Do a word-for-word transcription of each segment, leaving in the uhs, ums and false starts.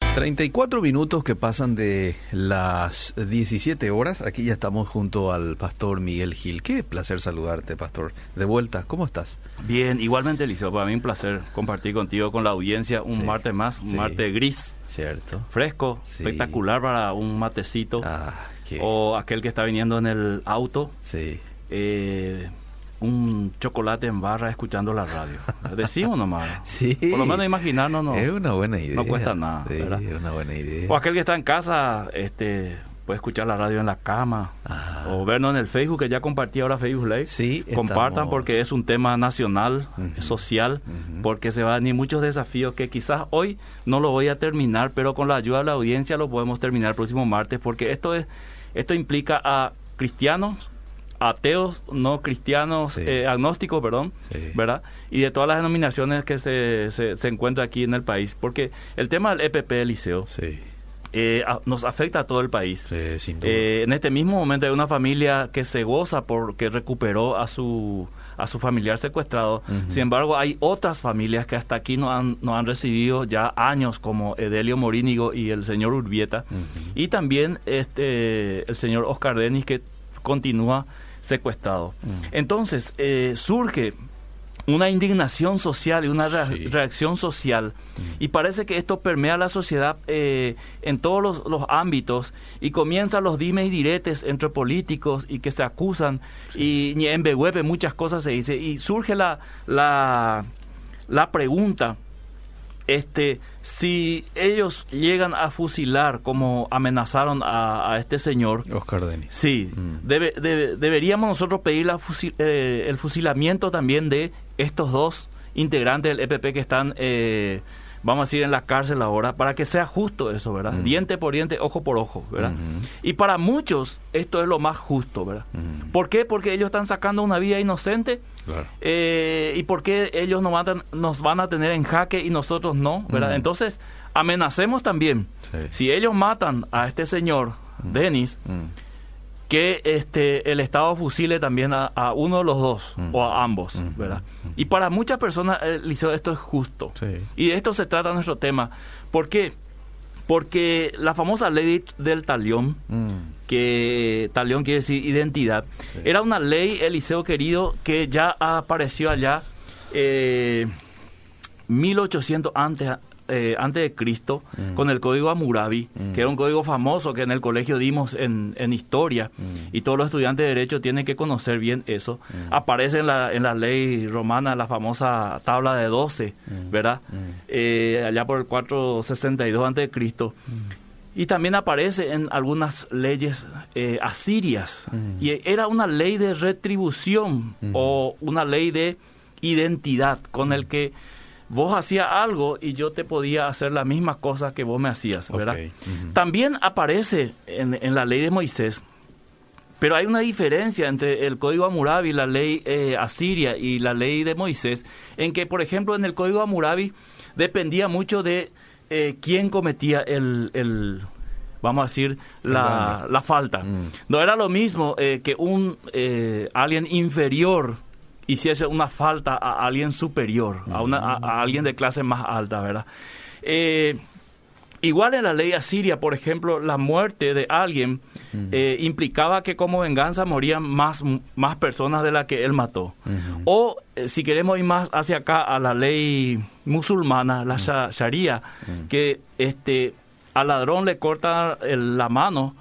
treinta y cuatro minutos que pasan de las diecisiete horas. Aquí ya estamos junto al pastor Miguel Gil. Qué placer saludarte, pastor. De vuelta, ¿cómo estás? Bien, igualmente, Eliseo. Para mí un placer compartir contigo, con la audiencia, un sí, martes más, un sí. martes gris. Cierto. Fresco, sí. espectacular para un matecito. Ah, qué... O aquel que está viniendo en el auto. Sí. Eh... un chocolate en barra escuchando la radio. Decimos nomás. Sí. Por lo menos imaginarnos no. Es una buena idea. No cuesta nada. Sí, ¿verdad? Es una buena idea. O aquel que está en casa, este, puede escuchar la radio en la cama. Ah. O vernos en el Facebook, que ya compartí ahora Facebook Live. Sí. Compartan estamos... porque es un tema nacional, uh-huh. social, uh-huh. porque se van a venir muchos desafíos que quizás hoy no lo voy a terminar, pero con la ayuda de la audiencia lo podemos terminar el próximo martes, porque esto es, esto implica a cristianos, ateos, no cristianos, sí. eh, agnósticos, perdón, sí. ¿verdad? Y de todas las denominaciones que se, se, se encuentran aquí en el país. Porque el tema del E P P, Eliseo, sí. eh, a, nos afecta a todo el país. Sí, sin duda. Eh, en este mismo momento hay una familia que se goza porque recuperó a su a su familiar secuestrado. Uh-huh. Sin embargo, hay otras familias que hasta aquí no han, no han recibido ya años, como Edelio Morínigo y el señor Urbieta. Uh-huh. Y también este el señor Oscar Denis, que continúa secuestrado. Mm. Entonces, eh, surge una indignación social y una re- sí. reacción social, mm. y parece que esto permea la sociedad eh, en todos los, los ámbitos, y comienzan los dimes y diretes entre políticos y que se acusan, sí. y en Behuepe muchas cosas se dicen, y surge la, la, la pregunta, Este, si ellos llegan a fusilar como amenazaron a, a este señor, Oscar Denis, sí, mm. debe, debe, deberíamos nosotros pedir la fusil, eh, el fusilamiento también de estos dos integrantes del E P P que están, eh, vamos a decir, en la cárcel ahora, para que sea justo eso, ¿verdad? Mm. Diente por diente, ojo por ojo, ¿verdad? Mm-hmm. Y para muchos esto es lo más justo, ¿verdad? Mm. ¿Por qué? Porque ellos están sacando una vida inocente. Claro. Eh, y por qué ellos nos van, a, nos van a tener en jaque y nosotros no, ¿verdad? Mm. Entonces, amenacemos también. Sí. Si ellos matan a este señor, mm. Denis, mm. que este el Estado fusile también a, a uno de los dos, mm. o a ambos, mm. ¿verdad? Mm. Y para muchas personas, Eliseo, esto es justo. Sí. Y de esto se trata nuestro tema. ¿Por qué? Porque la famosa ley del talión, mm. que talión quiere decir identidad, sí. era una ley, Eliseo querido, que ya apareció allá eh, mil ochocientos antes, eh, antes de Cristo, mm. con el Código Hammurabi, mm. que era un código famoso que en el colegio dimos en, en historia, mm. y todos los estudiantes de Derecho tienen que conocer bien eso. Mm. Aparece en la, en la ley romana la famosa tabla de doce, mm. ¿verdad? Mm. Eh, allá por el cuatrocientos sesenta y dos antes de Cristo. Mm. Y también aparece en algunas leyes eh, asirias. Mm. Y era una ley de retribución, mm. o una ley de identidad, con mm. el que vos hacías algo y yo te podía hacer las mismas cosas que vos me hacías, ¿verdad? Okay. Mm-hmm. También aparece en, en la ley de Moisés, pero hay una diferencia entre el Código Hammurabi, la ley eh, asiria y la ley de Moisés, en que, por ejemplo, en el Código Hammurabi dependía mucho de Eh, quién cometía el, el vamos a decir, la, la falta. Mm. No era lo mismo eh, que un eh, alguien inferior hiciese una falta a alguien superior, mm. a, una, a, a alguien de clase más alta, ¿verdad? Eh, igual en la ley asiria, por ejemplo, la muerte de alguien mm. eh, implicaba que como venganza morían más, más personas de las que él mató. Mm-hmm. O, eh, si queremos ir más hacia acá, a la ley musulmana, la mm. sharia, mm. que este al ladrón le corta el, la mano,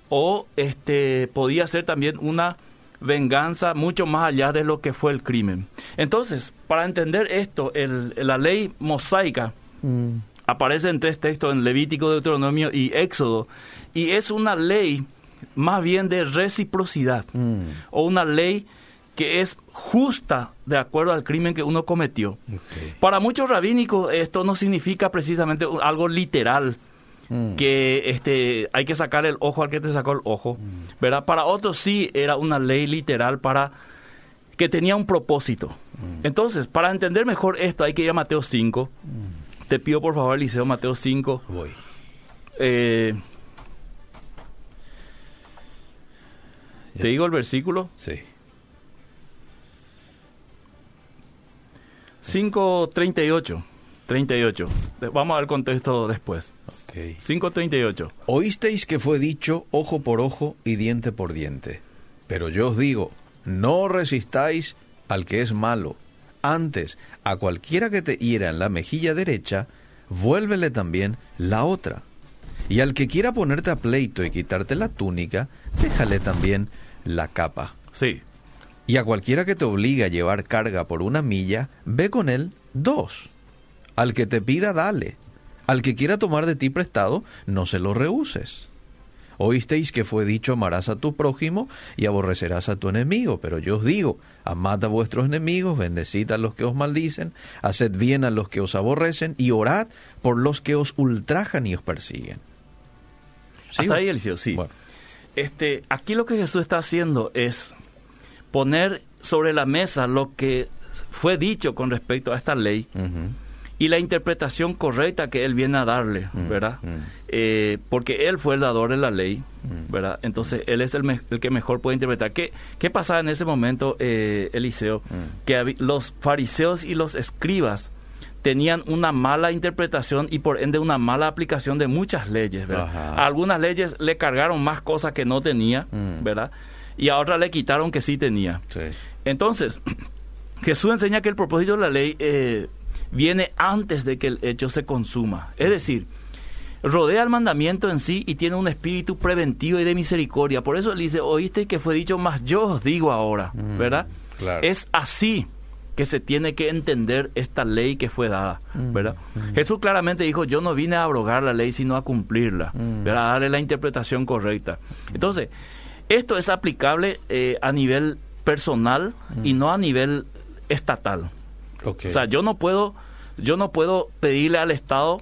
o este podía ser también una venganza mucho más allá de lo que fue el crimen. Entonces, para entender esto, el, la ley mosaica mm. aparece en tres textos, en Levítico, Deuteronomio y Éxodo, y es una ley más bien de reciprocidad, mm. o una ley que es justa de acuerdo al crimen que uno cometió. Okay. Para muchos rabínicos esto no significa precisamente algo literal, mm. que este hay que sacar el ojo al que te sacó el ojo, mm. ¿verdad? Para otros sí era una ley literal para que tenía un propósito. Mm. Entonces, para entender mejor esto hay que ir a Mateo cinco. Mm. Te pido por favor, Eliseo, Mateo cinco. Voy. Eh, ¿Te digo el versículo? Sí. cinco treinta y ocho. treinta y ocho. Vamos a ver el contexto después. Okay. cinco treinta y ocho. Oísteis que fue dicho ojo por ojo y diente por diente. Pero yo os digo, no resistáis al que es malo. Antes, a cualquiera que te hiera en la mejilla derecha, vuélvele también la otra. Y al que quiera ponerte a pleito y quitarte la túnica, déjale también la capa. Sí. Y a cualquiera que te obligue a llevar carga por una milla, ve con él dos. Al que te pida, dale. Al que quiera tomar de ti prestado, no se lo rehuses. Oísteis que fue dicho, amarás a tu prójimo y aborrecerás a tu enemigo. Pero yo os digo, amad a vuestros enemigos, bendecid a los que os maldicen, haced bien a los que os aborrecen y orad por los que os ultrajan y os persiguen. ¿Sigo? Hasta ahí, Eliseo, sí. Bueno. Este, aquí lo que Jesús está haciendo es poner sobre la mesa lo que fue dicho con respecto a esta ley, uh-huh, y la interpretación correcta que él viene a darle, uh-huh, ¿verdad? Uh-huh. Eh, porque él fue el dador de la ley, uh-huh, ¿verdad? Entonces él es el, me- el que mejor puede interpretar. ¿Qué, qué pasaba en ese momento, eh, Eliseo? Uh-huh. Que hab- los fariseos y los escribas tenían una mala interpretación y por ende una mala aplicación de muchas leyes, ¿verdad? Ajá. A algunas leyes le cargaron más cosas que no tenía, uh-huh, ¿verdad? Y a otras le quitaron que sí tenía. Sí. Entonces, Jesús enseña que el propósito de la ley eh, viene antes de que el hecho se consuma. Es decir, rodea el mandamiento en sí y tiene un espíritu preventivo y de misericordia. Por eso él dice, oíste que fue dicho, mas yo os digo ahora, ¿verdad? Mm, claro. Es así que se tiene que entender esta ley que fue dada, ¿verdad? Mm. Jesús claramente dijo, yo no vine a abrogar la ley, sino a cumplirla, mm. ¿verdad? A darle la interpretación correcta. Entonces, esto es aplicable eh, a nivel personal mm. y no a nivel estatal. Okay. O sea, yo no puedo, yo no puedo pedirle al Estado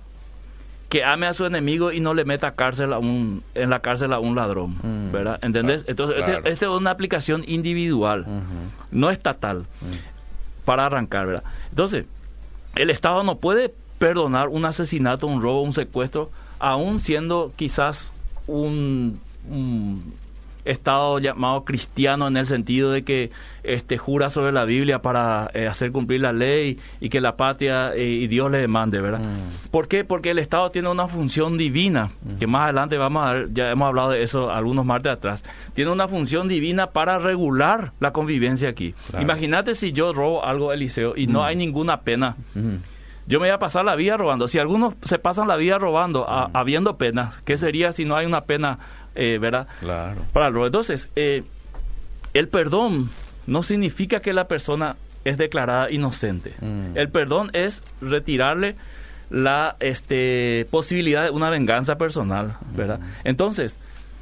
que ame a su enemigo y no le meta cárcel a un, en la cárcel a un ladrón, mm. ¿verdad? ¿Entendés? Entonces, claro. este, este es una aplicación individual, uh-huh, no estatal, uh-huh, para arrancar, ¿verdad? Entonces, el Estado no puede perdonar un asesinato, un robo, un secuestro, aún siendo quizás un, un Estado llamado cristiano en el sentido de que este jura sobre la Biblia para eh, hacer cumplir la ley y que la patria eh, y Dios le demande, ¿verdad? Mm. ¿Por qué? Porque el Estado tiene una función divina, mm. que más adelante vamos a ver, ya hemos hablado de eso algunos martes atrás, tiene una función divina para regular la convivencia aquí. Claro. Imagínate si yo robo algo, Eliseo, y mm. no hay ninguna pena. Mm. Yo me voy a pasar la vida robando. Si algunos se pasan la vida robando, a, mm. habiendo penas, ¿qué sería si no hay una pena? Eh, ¿verdad? Claro. Para el robo. Entonces, eh, el perdón no significa que la persona es declarada inocente. Mm. El perdón es retirarle la este, posibilidad de una venganza personal, ¿verdad? Mm. Entonces,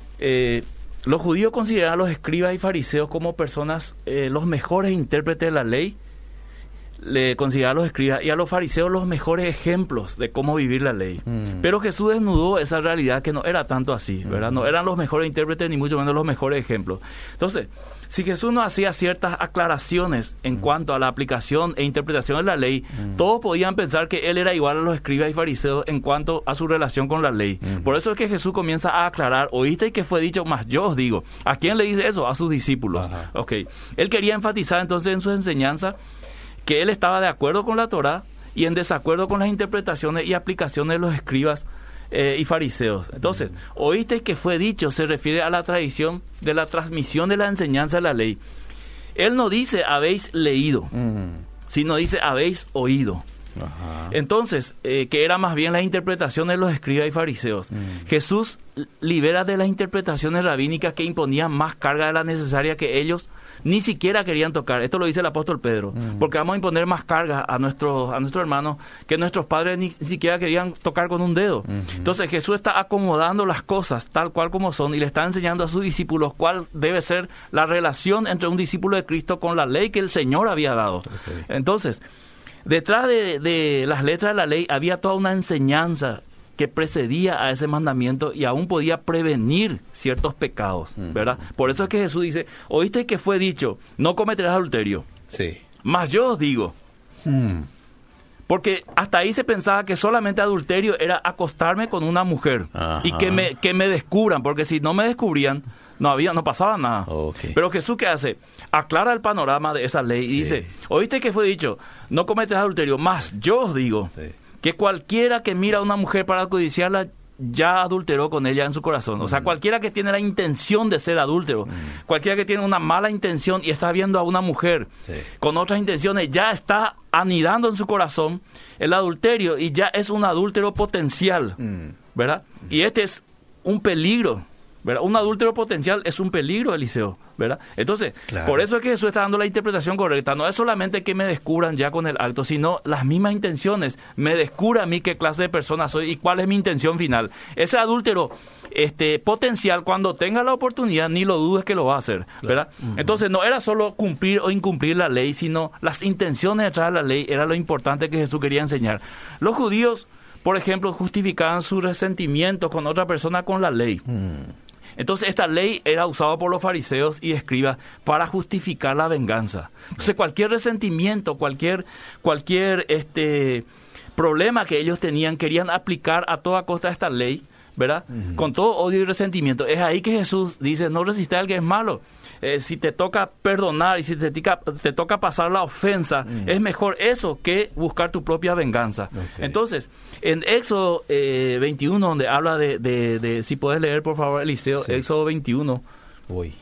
eh, los judíos consideran a los escribas y fariseos como personas, eh, los mejores intérpretes de la ley. Le considera a los escribas y a los fariseos los mejores ejemplos de cómo vivir la ley. Mm. Pero Jesús desnudó esa realidad que no era tanto así, ¿verdad? Mm. No eran los mejores intérpretes ni mucho menos los mejores ejemplos. Entonces, si Jesús no hacía ciertas aclaraciones en mm. cuanto a la aplicación e interpretación de la ley, mm. todos podían pensar que él era igual a los escribas y fariseos en cuanto a su relación con la ley. Mm. Por eso es que Jesús comienza a aclarar, oíste que fue dicho, mas yo os digo. ¿A quién le dice eso? A sus discípulos. Ajá. Okay. Él quería enfatizar entonces en su enseñanza que él estaba de acuerdo con la Torá y en desacuerdo con las interpretaciones y aplicaciones de los escribas eh, y fariseos. Entonces, oíste que fue dicho, se refiere a la tradición de la transmisión de la enseñanza de la ley. Él no dice habéis leído, uh-huh, sino dice habéis oído. Ajá. Entonces, eh, que era más bien la interpretación de los escribas y fariseos. Uh-huh. Jesús libera de las interpretaciones rabínicas que imponían más carga de la necesaria que ellos ni siquiera querían tocar. Esto lo dice el apóstol Pedro, uh-huh, porque vamos a imponer más carga a nuestros a nuestros hermanos que nuestros padres ni, ni siquiera querían tocar con un dedo. Uh-huh. Entonces Jesús está acomodando las cosas tal cual como son y le está enseñando a sus discípulos cuál debe ser la relación entre un discípulo de Cristo con la ley que el Señor había dado. Okay. Entonces, detrás de, de las letras de la ley había toda una enseñanza que precedía a ese mandamiento y aún podía prevenir ciertos pecados, ¿verdad? Uh-huh. Por eso es que Jesús dice, oíste que fue dicho, no cometerás adulterio. Sí. Mas yo os digo. Hmm. Porque hasta ahí se pensaba que solamente adulterio era acostarme con una mujer. Ajá. Y que me, que me descubran, porque si no me descubrían, no había, no pasaba nada. Okay. Pero Jesús, ¿qué hace? Aclara el panorama de esa ley, sí, y dice, oíste que fue dicho, no cometerás adulterio, mas yo os digo. Sí. que cualquiera que mira a una mujer para codiciarla ya adulteró con ella en su corazón. O sea, cualquiera que tiene la intención de ser adúltero, mm. cualquiera que tiene una mala intención y está viendo a una mujer sí. con otras intenciones, ya está anidando en su corazón el adulterio y ya es un adúltero potencial, mm. ¿verdad? Mm. Y este es un peligro, ¿verdad? Un adúltero potencial es un peligro, Eliseo, ¿verdad? Entonces, claro. por eso es que Jesús está dando la interpretación correcta. No es solamente que me descubran ya con el acto, sino las mismas intenciones. Me descubra a mí qué clase de persona soy y cuál es mi intención final. Ese adúltero este, potencial, cuando tenga la oportunidad, ni lo dudes que lo va a hacer, ¿verdad? Claro. Uh-huh. Entonces, no era solo cumplir o incumplir la ley, sino las intenciones detrás de la ley era lo importante que Jesús quería enseñar. Los judíos, por ejemplo, justificaban su resentimiento con otra persona con la ley. Mm. Entonces, esta ley era usada por los fariseos y escribas para justificar la venganza. Entonces, cualquier resentimiento, cualquier cualquier este problema que ellos tenían, querían aplicar a toda costa esta ley, ¿verdad? Uh-huh. Con todo odio y resentimiento. Es ahí que Jesús dice, no resistas al que es malo. Eh, si te toca perdonar y si te, tica, te toca pasar la ofensa, uh-huh. es mejor eso que buscar tu propia venganza. Okay. Entonces, en Éxodo eh, veintiuno, donde habla de, de, de, si puedes leer por favor, Eliseo, sí. Éxodo veintiuno. Uy.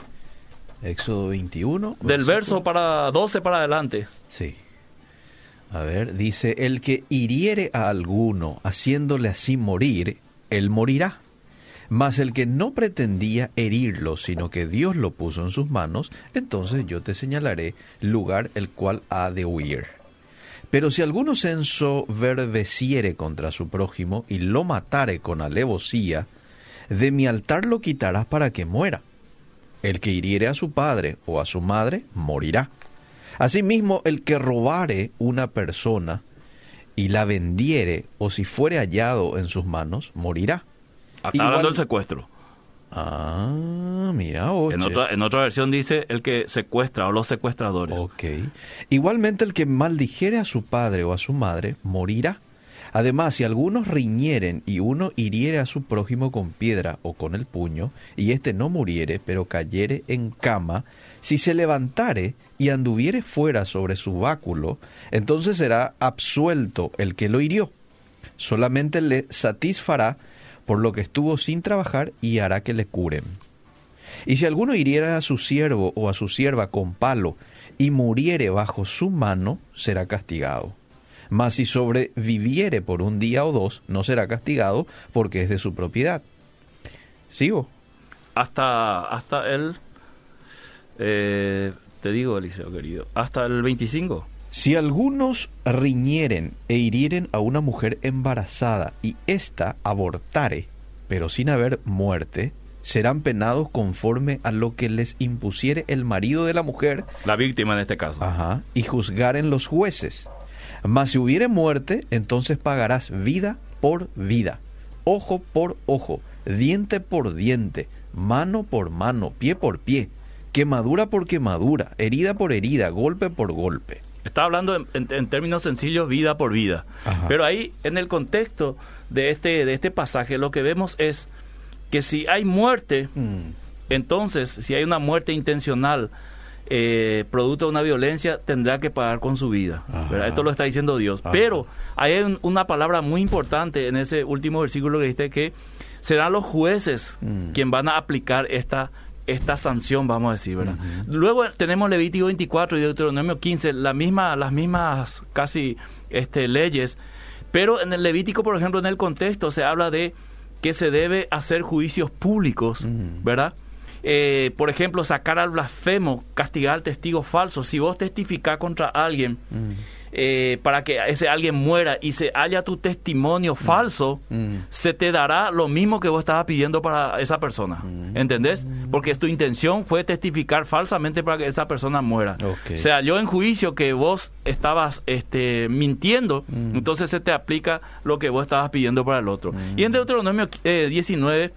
Éxodo veintiuno. Del verso para doce para adelante. Sí. A ver, dice, el que hiriere a alguno haciéndole así morir, él morirá. Mas el que no pretendía herirlo, sino que Dios lo puso en sus manos, entonces yo te señalaré lugar el cual ha de huir. Pero si alguno se ensoberbeciere contra su prójimo y lo matare con alevosía, de mi altar lo quitarás para que muera. El que hiriere a su padre o a su madre, morirá. Asimismo, el que robare una persona y la vendiere, o si fuere hallado en sus manos, morirá. Está Igual... hablando del secuestro. Ah, mira, oye. En otra, en otra versión dice el que secuestra o los secuestradores. Ok. Igualmente el que maldijere a su padre o a su madre, morirá. Además, si algunos riñeren y uno hiriere a su prójimo con piedra o con el puño, y éste no muriere, pero cayere en cama, si se levantare y anduviere fuera sobre su báculo, entonces será absuelto el que lo hirió. Solamente le satisfará por lo que estuvo sin trabajar y hará que le curen. Y si alguno hiriera a su siervo o a su sierva con palo y muriere bajo su mano, será castigado. Mas si sobreviviere por un día o dos, no será castigado porque es de su propiedad. ¿Sigo? Hasta, hasta el, eh, te digo, Eliseo querido, hasta el veinticinco. Si algunos riñeren e hirieren a una mujer embarazada y ésta abortare, pero sin haber muerte, serán penados conforme a lo que les impusiere el marido de la mujer. La víctima en este caso. Ajá, y juzgaren los jueces. Mas si hubiere muerte, entonces pagarás vida por vida, ojo por ojo, diente por diente, mano por mano, pie por pie, quemadura por quemadura, herida por herida, golpe por golpe. Está hablando en, en, en términos sencillos, vida por vida. Ajá. Pero ahí, en el contexto de este, de este pasaje, lo que vemos es que si hay muerte, mm. entonces, si hay una muerte intencional, eh, producto de una violencia, tendrá que pagar con su vida. Esto lo está diciendo Dios. Ajá. Pero hay un, una palabra muy importante en ese último versículo que dice que serán los jueces mm. quien van a aplicar esta esta sanción, vamos a decir, ¿verdad? Uh-huh. Luego tenemos Levítico veinticuatro y Deuteronomio quince, la misma, las mismas casi este, leyes, pero en el Levítico, por ejemplo, en el contexto se habla de que se debe hacer juicios públicos, uh-huh. ¿verdad? Eh, por ejemplo, sacar al blasfemo, castigar al testigo falso. Si vos testificás contra alguien, uh-huh. eh, para que ese alguien muera y se halla tu testimonio uh-huh. falso, uh-huh. se te dará lo mismo que vos estabas pidiendo para esa persona. Uh-huh. ¿Entendés? Porque tu intención fue testificar falsamente para que esa persona muera. Okay. Se halló en juicio que vos estabas este, mintiendo, uh-huh. entonces se te aplica lo que vos estabas pidiendo para el otro. Uh-huh. Y en Deuteronomio eh, diecinueve,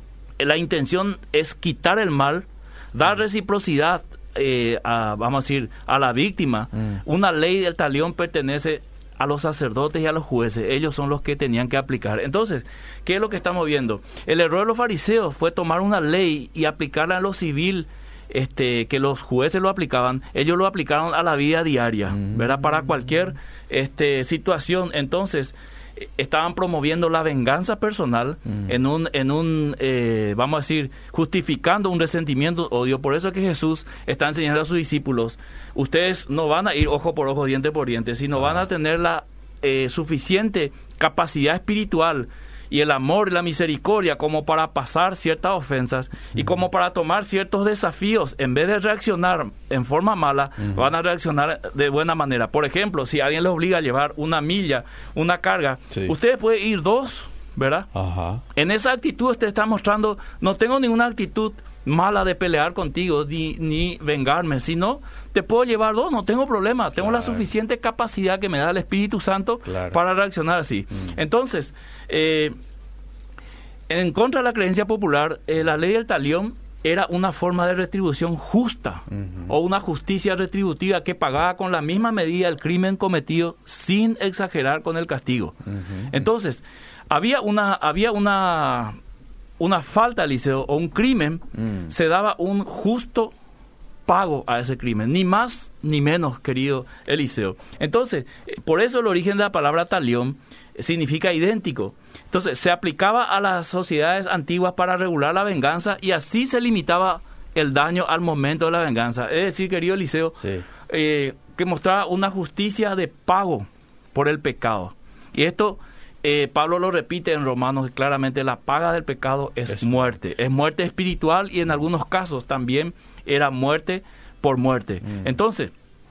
la intención es quitar el mal, dar reciprocidad, eh, a, vamos a decir, a la víctima. Mm. Una ley del talión pertenece a los sacerdotes y a los jueces. Ellos son los que tenían que aplicar. Entonces, ¿qué es lo que estamos viendo? El error de los fariseos fue tomar una ley y aplicarla en lo civil este, que los jueces lo aplicaban, ellos lo aplicaron a la vida diaria, mm. ¿verdad? Para cualquier este, situación. Entonces, estaban promoviendo la venganza personal mm. en un, en un eh, vamos a decir, justificando un resentimiento, odio. Por eso es que Jesús está enseñando a sus discípulos, ustedes no van a ir ojo por ojo, diente por diente, sino ah. van a tener la eh, suficiente capacidad espiritual y el amor y la misericordia como para pasar ciertas ofensas uh-huh. y como para tomar ciertos desafíos. En vez de reaccionar en forma mala, uh-huh. van a reaccionar de buena manera. Por ejemplo, si alguien les obliga a llevar una milla, una carga, sí. ustedes pueden ir dos, ¿verdad? Uh-huh. En esa actitud usted está mostrando, no tengo ninguna actitud mala de pelear contigo ni, ni vengarme, sino te puedo llevar dos, no tengo problema, tengo claro. la suficiente capacidad que me da el Espíritu Santo claro. para reaccionar así. Mm. Entonces, eh, en contra de la creencia popular, eh, la ley del talión era una forma de retribución justa uh-huh. o una justicia retributiva que pagaba con la misma medida el crimen cometido sin exagerar con el castigo. Uh-huh. Entonces, había una había una una falta, Eliseo, o un crimen, mm. se daba un justo pago a ese crimen, ni más ni menos, querido Eliseo. Entonces, por eso el origen de la palabra talión significa idéntico. Entonces, se aplicaba a las sociedades antiguas para regular la venganza y así se limitaba el daño al momento de la venganza. Es decir, querido Eliseo, sí. eh, que mostraba una justicia de pago por el pecado. Y esto... Eh, Pablo lo repite en Romanos claramente, la paga del pecado es, es muerte. Es muerte espiritual y en algunos casos también era muerte por muerte. Mm. Entonces,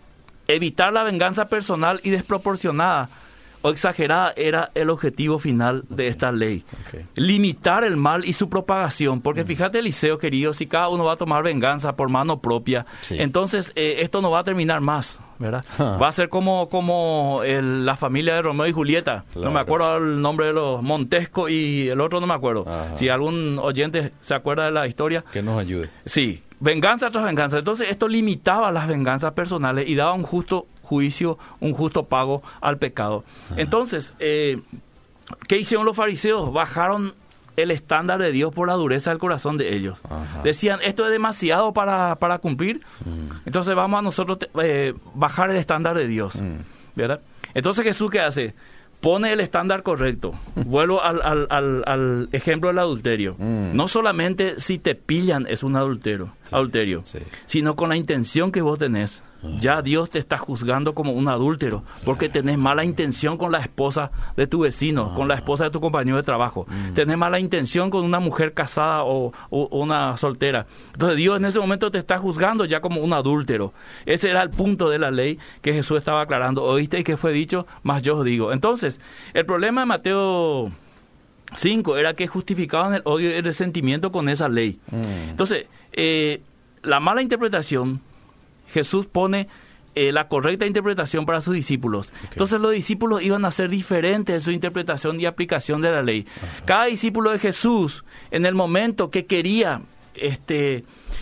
evitar la venganza personal y desproporcionada o exagerada era el objetivo final de esta ley. Okay. Limitar el mal y su propagación. Porque mm. fíjate, Eliseo, querido, si cada uno va a tomar venganza por mano propia, sí. entonces eh, esto no va a terminar más, ¿verdad? Huh. Va a ser como, como el, la familia de Romeo y Julieta. Claro. No me acuerdo el nombre de los Montesco y el otro no me acuerdo. Ajá. Si algún oyente se acuerda de la historia. Que nos ayude. Sí, venganza tras venganza. Entonces esto limitaba las venganzas personales y daba un justo juicio, un justo pago al pecado. Ajá. Entonces, eh, ¿qué hicieron los fariseos? Bajaron el estándar de Dios por la dureza del corazón de ellos. Ajá. Decían, esto es demasiado para, para cumplir, mm. entonces vamos a nosotros eh, bajar el estándar de Dios, mm. ¿verdad? Entonces Jesús, ¿qué hace? Pone el estándar correcto. Vuelvo al, al, al, al ejemplo del adulterio. Mm. No solamente si te pillan es un adulterio, sí. adulterio sí. sino con la intención que vos tenés. Ya Dios te está juzgando como un adúltero, porque tenés mala intención con la esposa de tu vecino, ah. con la esposa de tu compañero de trabajo. Mm. Tenés mala intención con una mujer casada o, o una soltera. Entonces Dios en ese momento te está juzgando ya como un adúltero. Ese era el punto de la ley que Jesús estaba aclarando. Oíste y que fue dicho, mas yo os digo. Entonces, el problema de Mateo cinco era que justificaban el odio y el resentimiento con esa ley. Mm. Entonces, eh, la mala interpretación, Jesús pone eh, la correcta interpretación para sus discípulos. Okay. Entonces los discípulos iban a ser diferentes en su interpretación y aplicación de la ley. Uh-huh. Cada discípulo de Jesús, en el momento que quería este,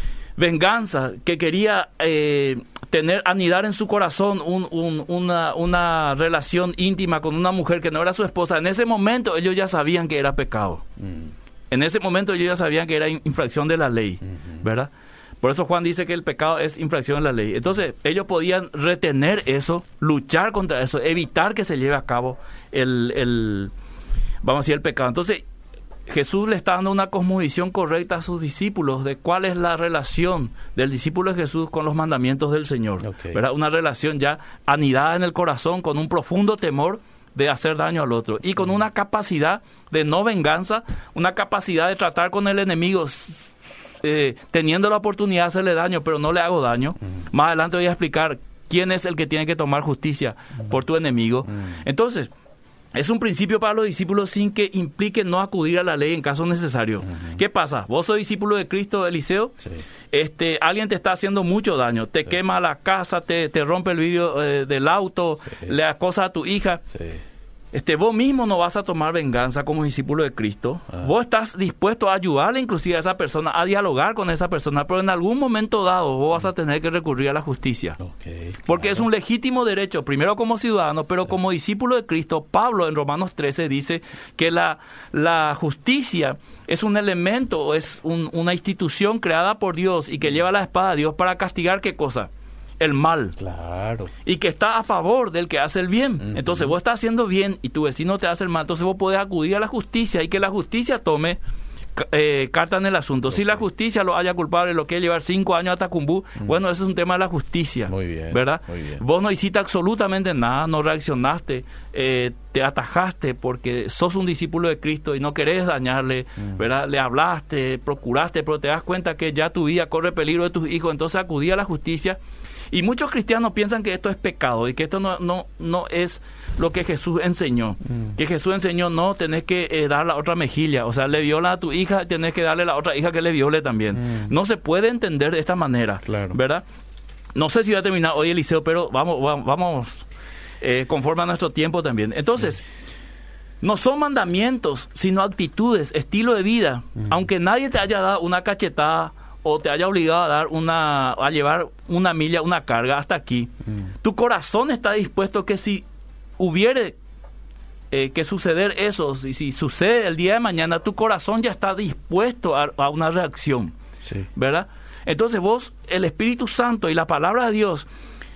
venganza, que quería eh, tener, anidar en su corazón un, un, una, una relación íntima con una mujer que no era su esposa, en ese momento ellos ya sabían que era pecado. Uh-huh. En ese momento ellos ya sabían que era infracción de la ley, uh-huh. ¿verdad? Por eso Juan dice que el pecado es infracción de la ley. Entonces, ellos podían retener eso, luchar contra eso, evitar que se lleve a cabo el, el vamos a decir, el pecado. Entonces, Jesús le está dando una cosmovisión correcta a sus discípulos de cuál es la relación del discípulo de Jesús con los mandamientos del Señor. Okay. ¿Verdad? Una relación ya anidada en el corazón, con un profundo temor de hacer daño al otro y con una capacidad de no venganza, una capacidad de tratar con el enemigo Eh, teniendo la oportunidad de hacerle daño, pero no le hago daño. Uh-huh. Más adelante voy a explicar quién es el que tiene que tomar justicia uh-huh. por tu enemigo. Uh-huh. Entonces, es un principio para los discípulos sin que implique no acudir a la ley en caso necesario. Uh-huh. ¿Qué pasa? Vos sos discípulo de Cristo, Eliseo, sí. este, alguien te está haciendo mucho daño, te sí. quema la casa, te, te rompe el vidrio eh, del auto, sí. le acosa a tu hija. Sí. Este, vos mismo no vas a tomar venganza como discípulo de Cristo. Ah. Vos estás dispuesto a ayudarle inclusive a esa persona, a dialogar con esa persona, pero en algún momento dado vos vas a tener que recurrir a la justicia. Okay, claro. Porque es un legítimo derecho, primero como ciudadano, pero sí. Como discípulo de Cristo, Pablo en Romanos trece dice que la, la justicia es un elemento, es un, una institución creada por Dios y que lleva la espada a Dios para castigar ¿qué cosa? El mal. Claro. Y que está a favor del que hace el bien. Uh-huh. Entonces vos estás haciendo bien y tu vecino te hace el mal. Entonces vos podés acudir a la justicia y que la justicia tome eh, carta en el asunto. Okay. Si la justicia lo haya culpable, lo quiere llevar cinco años a Tacumbú, uh-huh. Bueno, ese es un tema de la justicia. Muy bien. ¿Verdad? Muy bien. Vos no hiciste absolutamente nada, no reaccionaste, eh, te atajaste porque sos un discípulo de Cristo y no querés dañarle, uh-huh. ¿Verdad? Le hablaste, procuraste, pero te das cuenta que ya tu vida corre peligro de tus hijos, entonces acudí a la justicia. Y muchos cristianos piensan que esto es pecado y que esto no no no es lo que Jesús enseñó. Mm. Que Jesús enseñó, no, tenés que eh, dar la otra mejilla. O sea, le viola a tu hija, tenés que darle la otra hija que le viole también. Mm. No se puede entender de esta manera, claro. ¿Verdad? No sé si va a terminar hoy Eliseo, pero vamos, vamos, vamos eh, conforme a nuestro tiempo también. Entonces, mm. no son mandamientos, sino actitudes, estilo de vida. Mm. Aunque nadie te haya dado una cachetada o te haya obligado a dar una, a llevar una milla, una carga hasta aquí, mm. tu corazón está dispuesto que si hubiere eh, que suceder eso, y si sucede el día de mañana, tu corazón ya está dispuesto a, a una reacción, sí. ¿Verdad? Entonces vos, el Espíritu Santo y la palabra de Dios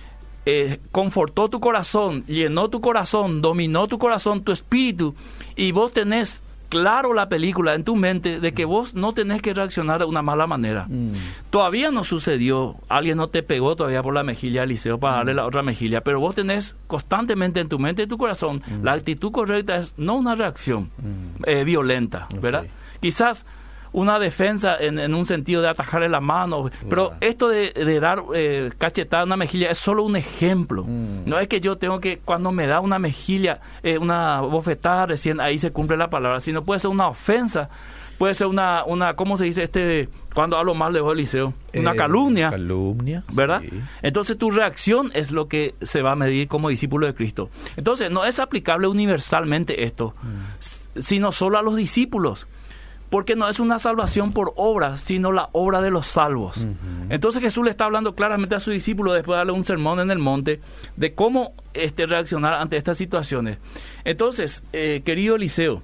eh, confortó tu corazón, llenó tu corazón, dominó tu corazón, tu espíritu, y vos tenés claro la película en tu mente de que vos no tenés que reaccionar de una mala manera. Mm. Todavía no sucedió, alguien no te pegó todavía por la mejilla, Eliseo, para mm. darle la otra mejilla, pero vos tenés constantemente en tu mente y tu corazón, mm. la actitud correcta es no una reacción mm. eh, violenta, okay. ¿Verdad? Quizás una defensa en, en un sentido de atajarle la mano, wow. Pero esto de, de dar eh, cachetada a una mejilla es solo un ejemplo. Mm. No es que yo tengo que, cuando me da una mejilla, eh, una bofetada recién, ahí se cumple la palabra, sino puede ser una ofensa, puede ser una, una ¿cómo se dice? este Cuando hablo mal de vos, Eliseo, una eh, calumnia. Calumnia. ¿Verdad? Sí. Entonces tu reacción es lo que se va a medir como discípulo de Cristo. Entonces no es aplicable universalmente esto, mm. sino solo a los discípulos. Porque no es una salvación por obra, sino la obra de los salvos. Uh-huh. Entonces Jesús le está hablando claramente a sus discípulos, después de darle un sermón en el monte, de cómo este, reaccionar ante estas situaciones. Entonces, eh, querido Eliseo,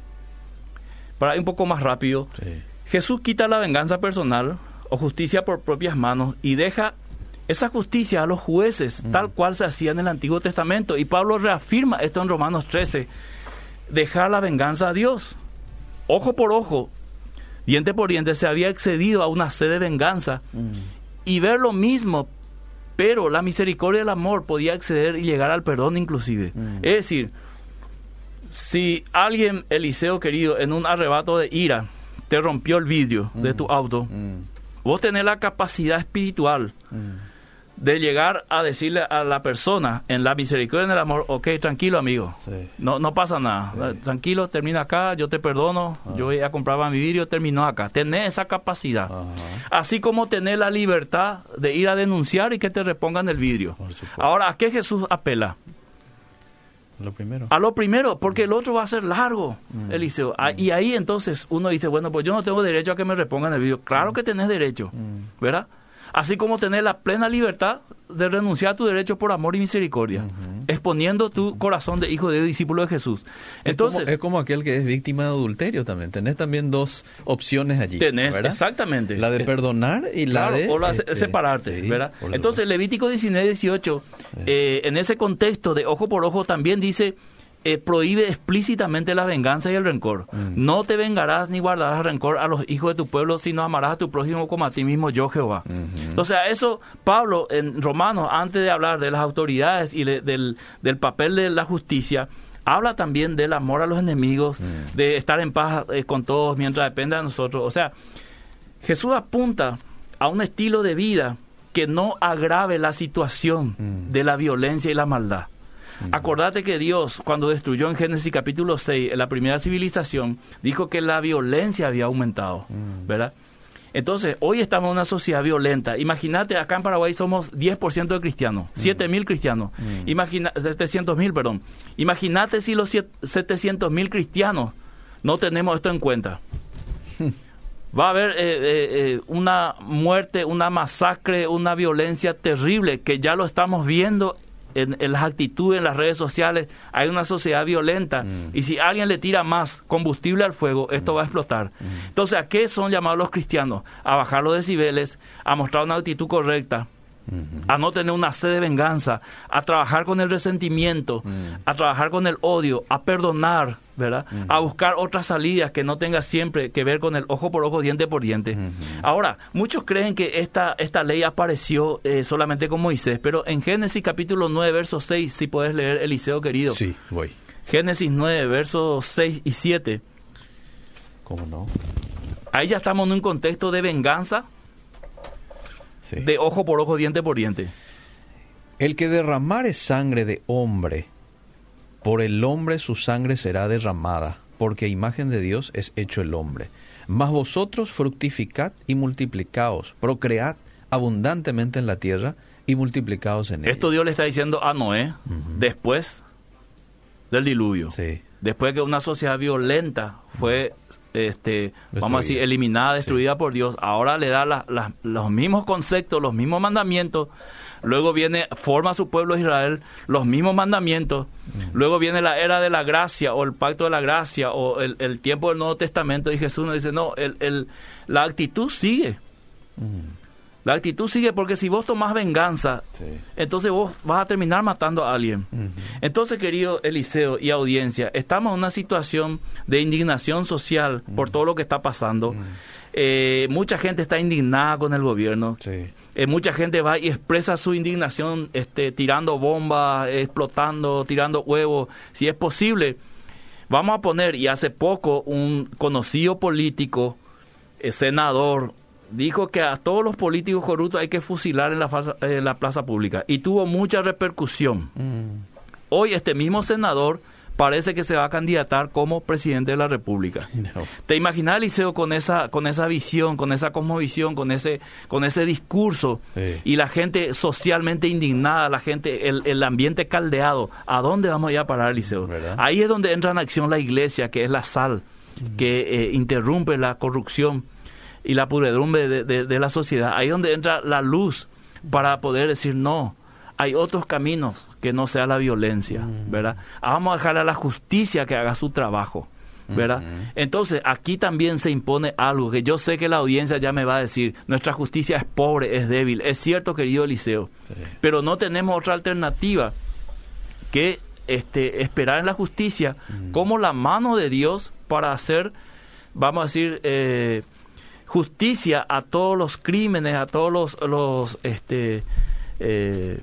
para ir un poco más rápido, sí. Jesús quita la venganza personal o justicia por propias manos y deja esa justicia a los jueces, uh-huh. tal cual se hacía en el Antiguo Testamento. Y Pablo reafirma esto en Romanos trece, dejar la venganza a Dios. Ojo por ojo, diente por diente, se había excedido a una sed de venganza mm. y ver lo mismo, pero la misericordia y el amor podía acceder y llegar al perdón inclusive. Mm. Es decir, si alguien, Eliseo querido, en un arrebato de ira, te rompió el vidrio mm. de tu auto, mm. vos tenés la capacidad espiritual mm. de llegar a decirle a la persona en la misericordia y en el amor, ok, tranquilo amigo, sí. no no pasa nada, sí. Tranquilo, termina acá, yo te perdono, ah. yo ya compraba mi vidrio, terminó acá. Tenés esa capacidad, uh-huh. así como tenés la libertad de ir a denunciar y que te repongan el vidrio. Ahora, ¿a qué Jesús apela? Lo primero. A lo primero, porque el otro va a ser largo, mm. Eliseo. Mm. Y ahí entonces uno dice, bueno, pues yo no tengo derecho a que me repongan el vidrio. Claro que tenés derecho, mm. ¿verdad? Así como tener la plena libertad de renunciar a tu derecho por amor y misericordia, uh-huh. exponiendo tu uh-huh. corazón de hijo de discípulo de Jesús. Entonces, es como, es como aquel que es víctima de adulterio también. Tenés también dos opciones allí. Tenés, ¿verdad? Exactamente. La de perdonar y la claro, de... o la este, separarte, sí, ¿verdad? Entonces, Levítico diecinueve dieciocho, sí. eh, en ese contexto de ojo por ojo, también dice... Eh, prohíbe explícitamente la venganza y el rencor. Mm. No te vengarás ni guardarás rencor a los hijos de tu pueblo, sino amarás a tu prójimo como a ti mismo, yo Jehová. Mm-hmm. Entonces, a eso Pablo en Romanos, antes de hablar de las autoridades y de, del, del papel de la justicia, habla también del amor a los enemigos, mm. de estar en paz eh, con todos mientras dependa de nosotros. O sea, Jesús apunta a un estilo de vida que no agrave la situación mm. de la violencia y la maldad. Acordate que Dios, cuando destruyó en Génesis capítulo seis, en la primera civilización, dijo que la violencia había aumentado, ¿verdad? Entonces, hoy estamos en una sociedad violenta. Imagínate, acá en Paraguay somos diez por ciento de cristianos, siete mil cristianos, mm. Imagina, setecientos mil, perdón. Imagínate si los setecientos mil cristianos no tenemos esto en cuenta. Va a haber eh, eh, una muerte, una masacre, una violencia terrible, que ya lo estamos viendo en, en las actitudes, en las redes sociales. Hay una sociedad violenta, mm. y si alguien le tira más combustible al fuego, esto mm. va a explotar. Mm. Entonces, ¿a qué son llamados los cristianos? A bajar los decibeles, a mostrar una actitud correcta, mm-hmm. a no tener una sed de venganza, a trabajar con el resentimiento, mm. a trabajar con el odio, a perdonar, ¿verdad? Uh-huh. A buscar otras salidas que no tenga siempre que ver con el ojo por ojo, diente por diente. Uh-huh. Ahora, muchos creen que esta, esta ley apareció eh, solamente con Moisés, pero en Génesis capítulo nueve, verso seis, si puedes leer, Eliseo querido. Sí, voy. Génesis nueve, versos seis y siete. ¿Cómo no? Ahí ya estamos en un contexto de venganza, sí. de ojo por ojo, diente por diente. El que derramare sangre de hombre, por el hombre su sangre será derramada, porque a imagen de Dios es hecho el hombre. Mas vosotros fructificad y multiplicaos, procread abundantemente en la tierra y multiplicaos en ella. Esto Dios le está diciendo a Noé, uh-huh. después del diluvio. Sí. Después que una sociedad violenta fue, este, vamos a decir, eliminada, destruida sí. por Dios, ahora le da la, la, los mismos conceptos, los mismos mandamientos. Luego viene, forma su pueblo Israel, los mismos mandamientos. Uh-huh. Luego viene la era de la gracia, o el pacto de la gracia, o el, el tiempo del Nuevo Testamento. Y Jesús nos dice, no, el, el, la actitud sigue. Uh-huh. La actitud sigue, porque si vos tomás venganza, sí. entonces vos vas a terminar matando a alguien. Uh-huh. Entonces, querido Eliseo y audiencia, estamos en una situación de indignación social uh-huh. por todo lo que está pasando. Uh-huh. Eh, mucha gente está indignada con el gobierno. Sí. Eh, mucha gente va y expresa su indignación este, tirando bombas, explotando, tirando huevos. Si es posible, vamos a poner, y hace poco un conocido político, eh, senador, dijo que a todos los políticos corruptos hay que fusilar en la, fa- en la plaza pública, y tuvo mucha repercusión. Mm. Hoy este mismo senador parece que se va a candidatar como presidente de la República. No. ¿Te imaginas, Eliseo, con esa con esa visión, con esa cosmovisión, con ese con ese discurso, sí. y la gente socialmente indignada, la gente, el, el ambiente caldeado? ¿A dónde vamos a ir a parar, Eliseo? ¿Verdad? Ahí es donde entra en acción la iglesia, que es la sal, mm. que eh, interrumpe la corrupción y la pudredumbre de, de, de la sociedad. Ahí es donde entra la luz para poder decir no. Hay otros caminos que no sea la violencia, mm. ¿verdad? Vamos a dejar a la justicia que haga su trabajo, ¿verdad? Mm-hmm. Entonces, aquí también se impone algo que yo sé que la audiencia ya me va a decir, nuestra justicia es pobre, es débil. Es cierto, querido Eliseo, sí. pero no tenemos otra alternativa que este, esperar en la justicia mm. como la mano de Dios para hacer, vamos a decir, eh, justicia a todos los crímenes, a todos los, los este, eh,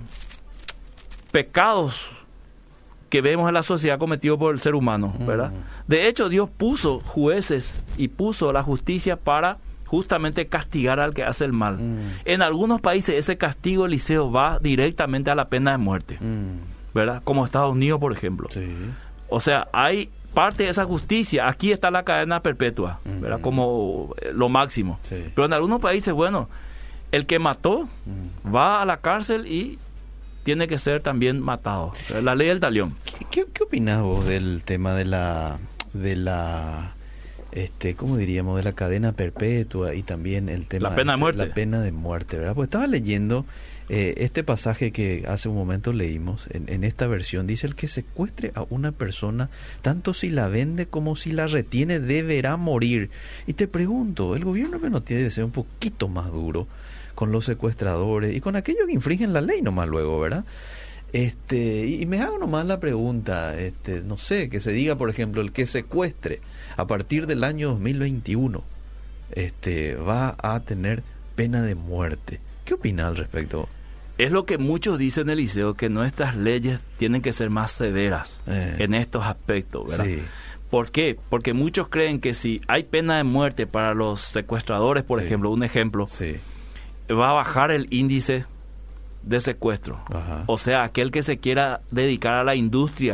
pecados que vemos en la sociedad cometidos por el ser humano, ¿verdad? Mm. De hecho, Dios puso jueces y puso la justicia para justamente castigar al que hace el mal. Mm. En algunos países ese castigo, Eliseo, va directamente a la pena de muerte, mm. ¿verdad? Como Estados Unidos, por ejemplo. Sí. O sea, hay parte de esa justicia. Aquí está la cadena perpetua, ¿verdad? Mm. Como lo máximo. Sí. Pero en algunos países, bueno, el que mató mm. va a la cárcel y tiene que ser también matado. La ley del talión. ¿Qué, qué, qué opinás vos del tema de la, de la, este, cómo diríamos, de la cadena perpetua y también el tema la pena de muerte? La pena de muerte, ¿verdad? Pues estaba leyendo eh, este pasaje que hace un momento leímos en, en esta versión. Dice: el que secuestre a una persona, tanto si la vende como si la retiene, deberá morir. Y te pregunto, ¿el gobierno no tiene que ser un poquito más duro con los secuestradores y con aquellos que infringen la ley nomás luego, ¿verdad? Este, y me hago nomás la pregunta, este, no sé, que se diga, por ejemplo, el que secuestre a partir del año dos mil veintiuno este, va a tener pena de muerte. ¿Qué opina al respecto? Es lo que muchos dicen, Eliseo, que nuestras leyes tienen que ser más severas eh. en estos aspectos, ¿verdad? Sí. ¿Por qué? Porque muchos creen que si hay pena de muerte para los secuestradores, por sí. ejemplo, un ejemplo, sí. va a bajar el índice de secuestro. Ajá. O sea, aquel que se quiera dedicar a la industria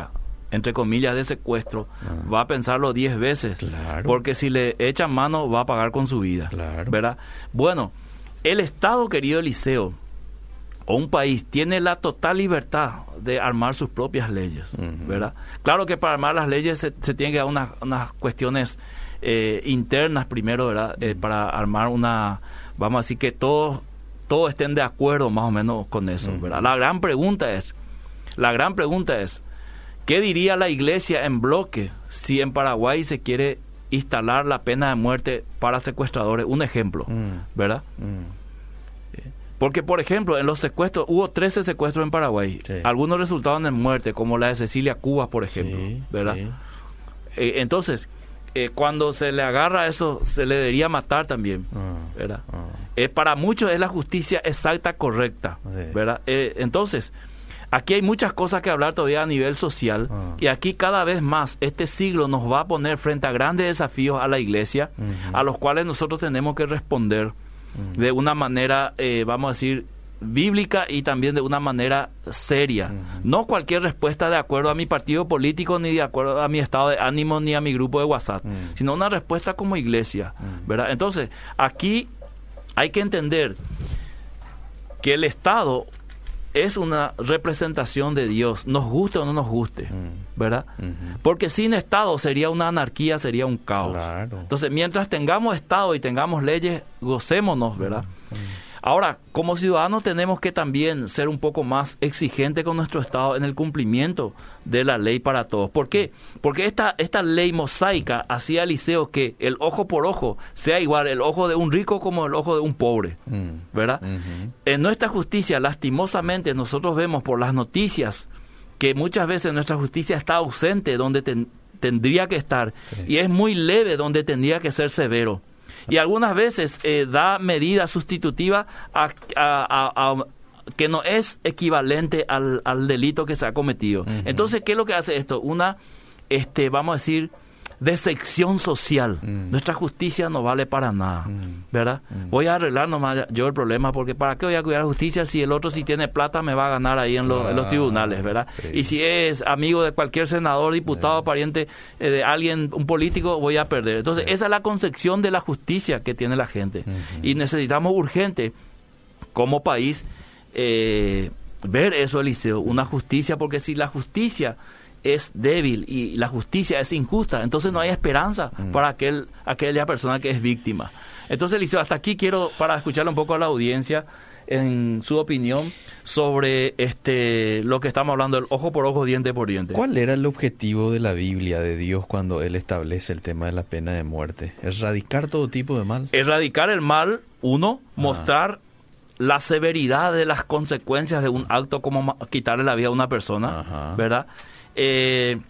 entre comillas, de secuestro, uh-huh. va a pensarlo diez veces. Claro. Porque si le echan mano, va a pagar con su vida. Claro. ¿Verdad? Bueno, el Estado, querido Eliseo, o un país, tiene la total libertad de armar sus propias leyes. Uh-huh. ¿Verdad? Claro que para armar las leyes se, se tienen que dar unas, unas cuestiones eh, internas primero, ¿verdad? Uh-huh. Eh, para armar una, vamos a decir que todos, todos estén de acuerdo más o menos con eso. Uh-huh. ¿Verdad? La gran pregunta es, la gran pregunta es, ¿qué diría la Iglesia en bloque si en Paraguay se quiere instalar la pena de muerte para secuestradores? Un ejemplo, mm. ¿verdad? Mm. Porque, por ejemplo, en los secuestros, hubo trece secuestros en Paraguay. Sí. Algunos resultaron en muerte, como la de Cecilia Cubas, por ejemplo, sí, ¿verdad? Sí. Eh, entonces, eh, cuando se le agarra eso, se le debería matar también, mm. ¿verdad? Mm. Eh, para muchos es la justicia exacta, correcta, sí. ¿verdad? Eh, entonces... Aquí hay muchas cosas que hablar todavía a nivel social uh-huh. y aquí cada vez más este siglo nos va a poner frente a grandes desafíos a la Iglesia, uh-huh. a los cuales nosotros tenemos que responder uh-huh. de una manera, eh, vamos a decir, bíblica y también de una manera seria. Uh-huh. No cualquier respuesta de acuerdo a mi partido político, ni de acuerdo a mi estado de ánimo, ni a mi grupo de WhatsApp, uh-huh. sino una respuesta como Iglesia, uh-huh. ¿verdad? Entonces, aquí hay que entender que el Estado es una representación de Dios, nos guste o no nos guste, mm. ¿verdad? Uh-huh. Porque sin Estado sería una anarquía, sería un caos. Claro. Entonces, mientras tengamos Estado y tengamos leyes, gocémonos, ¿verdad? Uh-huh. Ahora, como ciudadanos tenemos que también ser un poco más exigentes con nuestro Estado en el cumplimiento de la ley para todos. ¿Por qué? Porque esta, esta ley mosaica hacía, Eliseo, que el ojo por ojo sea igual, el ojo de un rico como el ojo de un pobre, ¿verdad? Uh-huh. En nuestra justicia, lastimosamente, nosotros vemos por las noticias que muchas veces nuestra justicia está ausente donde ten, tendría que estar, sí. y es muy leve donde tendría que ser severo. Y algunas veces eh, da medida sustitutiva a, a, a, a, que no es equivalente al, al delito que se ha cometido. Uh-huh. Entonces, ¿qué es lo que hace esto? Una, este, vamos a decir, decepción social. Uh-huh. Nuestra justicia no vale para nada, uh-huh. ¿verdad? Uh-huh. Voy a arreglar nomás yo el problema, porque ¿para qué voy a cuidar la justicia si el otro, si tiene plata, me va a ganar ahí en, lo, ah, en los tribunales, ¿verdad? Sí. Y si es amigo de cualquier senador, diputado, sí. pariente eh, de alguien, un político, voy a perder. Entonces, sí. esa es la concepción de la justicia que tiene la gente. Uh-huh. Y necesitamos urgente, como país, eh, ver eso, Eliseo, una justicia, porque si la justicia es débil y la justicia es injusta, entonces no hay esperanza mm. para aquel aquella persona que es víctima. Entonces, Eliseo, hasta aquí quiero, para escucharle un poco a la audiencia en su opinión sobre este lo que estamos hablando, el ojo por ojo, diente por diente. ¿Cuál era el objetivo de la Biblia, de Dios, cuando Él establece el tema de la pena de muerte? ¿Erradicar todo tipo de mal? Erradicar el mal, uno, ah. mostrar la severidad de las consecuencias de un acto como quitarle la vida a una persona, Ajá. ¿verdad? Eh,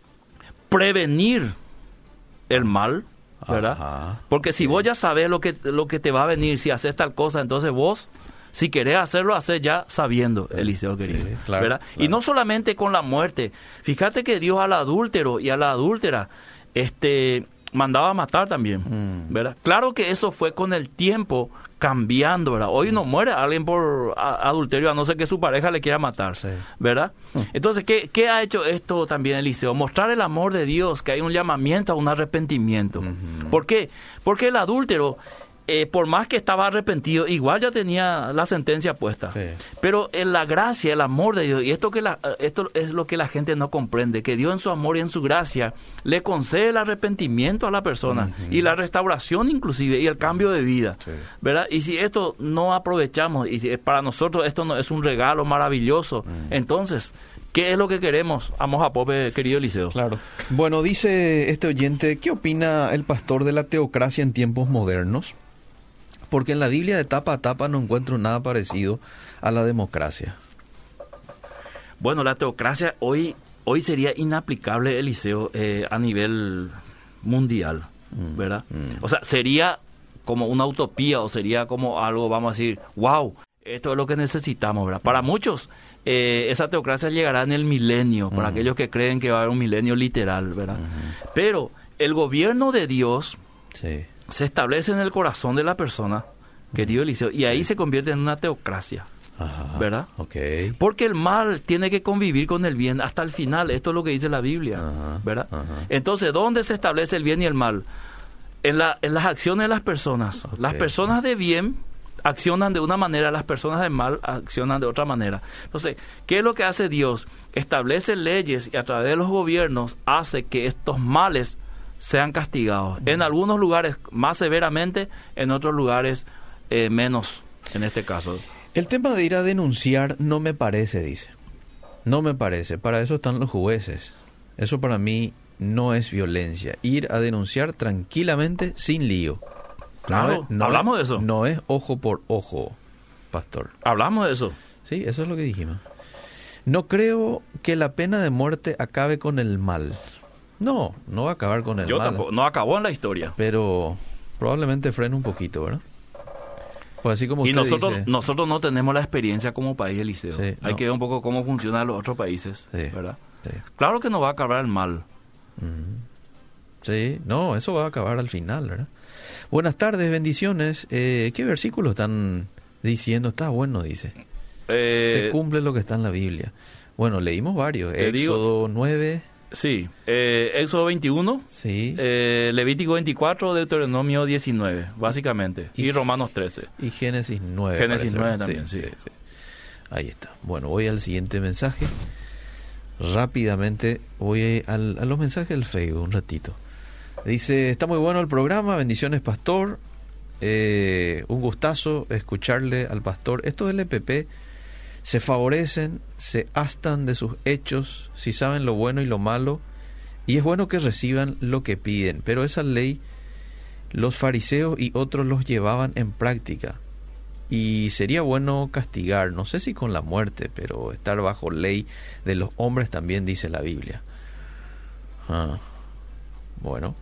prevenir el mal, ¿verdad? Ajá, porque si sí. vos ya sabés lo que lo que te va a venir si haces tal cosa, entonces vos, si querés hacerlo, haces ya sabiendo, sí, Eliseo querido, sí, claro, ¿verdad? Claro. Y no solamente con la muerte. Fíjate que Dios al adúltero y a la adúltera este, mandaba a matar también, mm. ¿verdad? Claro que eso fue con el tiempo cambiando, ¿verdad? Hoy no muere alguien por adulterio a no ser que su pareja le quiera matar, sí. ¿verdad? Entonces, ¿qué, ¿qué ha hecho esto también, Eliseo? Mostrar el amor de Dios, que hay un llamamiento a un arrepentimiento. Uh-huh. ¿Por qué? Porque el adúltero, eh, por más que estaba arrepentido, igual ya tenía la sentencia puesta. Sí. Pero en la gracia, el amor de Dios, y esto, que la, esto es lo que la gente no comprende, que Dios en su amor y en su gracia le concede el arrepentimiento a la persona, uh-huh. y la restauración inclusive, y el cambio de vida, sí. ¿verdad? Y si esto no aprovechamos, y si para nosotros esto no es un regalo maravilloso, uh-huh. entonces, ¿qué es lo que queremos? Amos a Pope, querido Eliseo. Claro. Bueno, dice este oyente, ¿qué opina el pastor de la teocracia en tiempos modernos? Porque en la Biblia de tapa a tapa no encuentro nada parecido a la democracia. Bueno, la teocracia hoy hoy sería inaplicable, Eliseo, eh, a nivel mundial, mm, ¿verdad? Mm. O sea, sería como una utopía o sería como algo, vamos a decir, wow, esto es lo que necesitamos, ¿verdad? Para muchos, eh, esa teocracia llegará en el milenio, para mm. aquellos que creen que va a haber un milenio literal, ¿verdad? Mm. Pero el gobierno de Dios... Sí. se establece en el corazón de la persona, querido Eliseo, y ahí sí. se convierte en una teocracia, Ajá, ¿verdad? Okay. Porque el mal tiene que convivir con el bien hasta el final. Esto es lo que dice la Biblia, Ajá, ¿verdad? ajá. Entonces, ¿dónde se establece el bien y el mal? En, la, en las acciones de las personas. Okay. Las personas de bien accionan de una manera, las personas de mal accionan de otra manera. Entonces, ¿qué es lo que hace Dios? Establece leyes y a través de los gobiernos hace que estos males sean castigados. Uh-huh. En algunos lugares más severamente, en otros lugares eh, menos, en este caso. El tema de ir a denunciar no me parece, dice. No me parece. Para eso están los jueces. Eso para mí no es violencia. Ir a denunciar tranquilamente, sin lío. Claro, no es, no hablamos es, de eso. No es ojo por ojo, pastor. Hablamos de eso. Sí, eso es lo que dijimos. No creo que la pena de muerte acabe con el mal. No, no va a acabar con el Yo mal. tampoco, no acabó en la historia. Pero probablemente frene un poquito, ¿verdad? Pues así como y usted nosotros dice, nosotros no tenemos la experiencia como país, Eliseo. Sí, Hay no. que ver un poco cómo funcionan los otros países, Sí, ¿verdad? sí. Claro que no va a acabar el mal. Mm. Sí, no, eso va a acabar al final, ¿verdad? Buenas tardes, bendiciones. Eh, ¿Qué versículo están diciendo? Está bueno, dice. Eh, Se cumple lo que está en la Biblia. Bueno, leímos varios. Te Éxodo nueve. Sí, eh, Éxodo veintiuno, Sí. eh, Levítico veinticuatro, Deuteronomio diecinueve, básicamente. Y, Y- Romanos trece. Y Génesis nueve. Génesis parece, nueve ¿verdad? también, sí. Ahí está. Bueno, voy al siguiente mensaje. Rápidamente voy al- a los mensajes del Facebook un ratito. Dice, está muy bueno el programa, bendiciones pastor, eh, un gustazo escucharle al pastor. Estos L P P se favorecen, se hastan de sus hechos, si saben lo bueno y lo malo, y es bueno que reciban lo que piden, pero esa ley los fariseos y otros los llevaban en práctica, y sería bueno castigar, no sé si con la muerte, pero estar bajo ley de los hombres también dice la Biblia. Ah, bueno.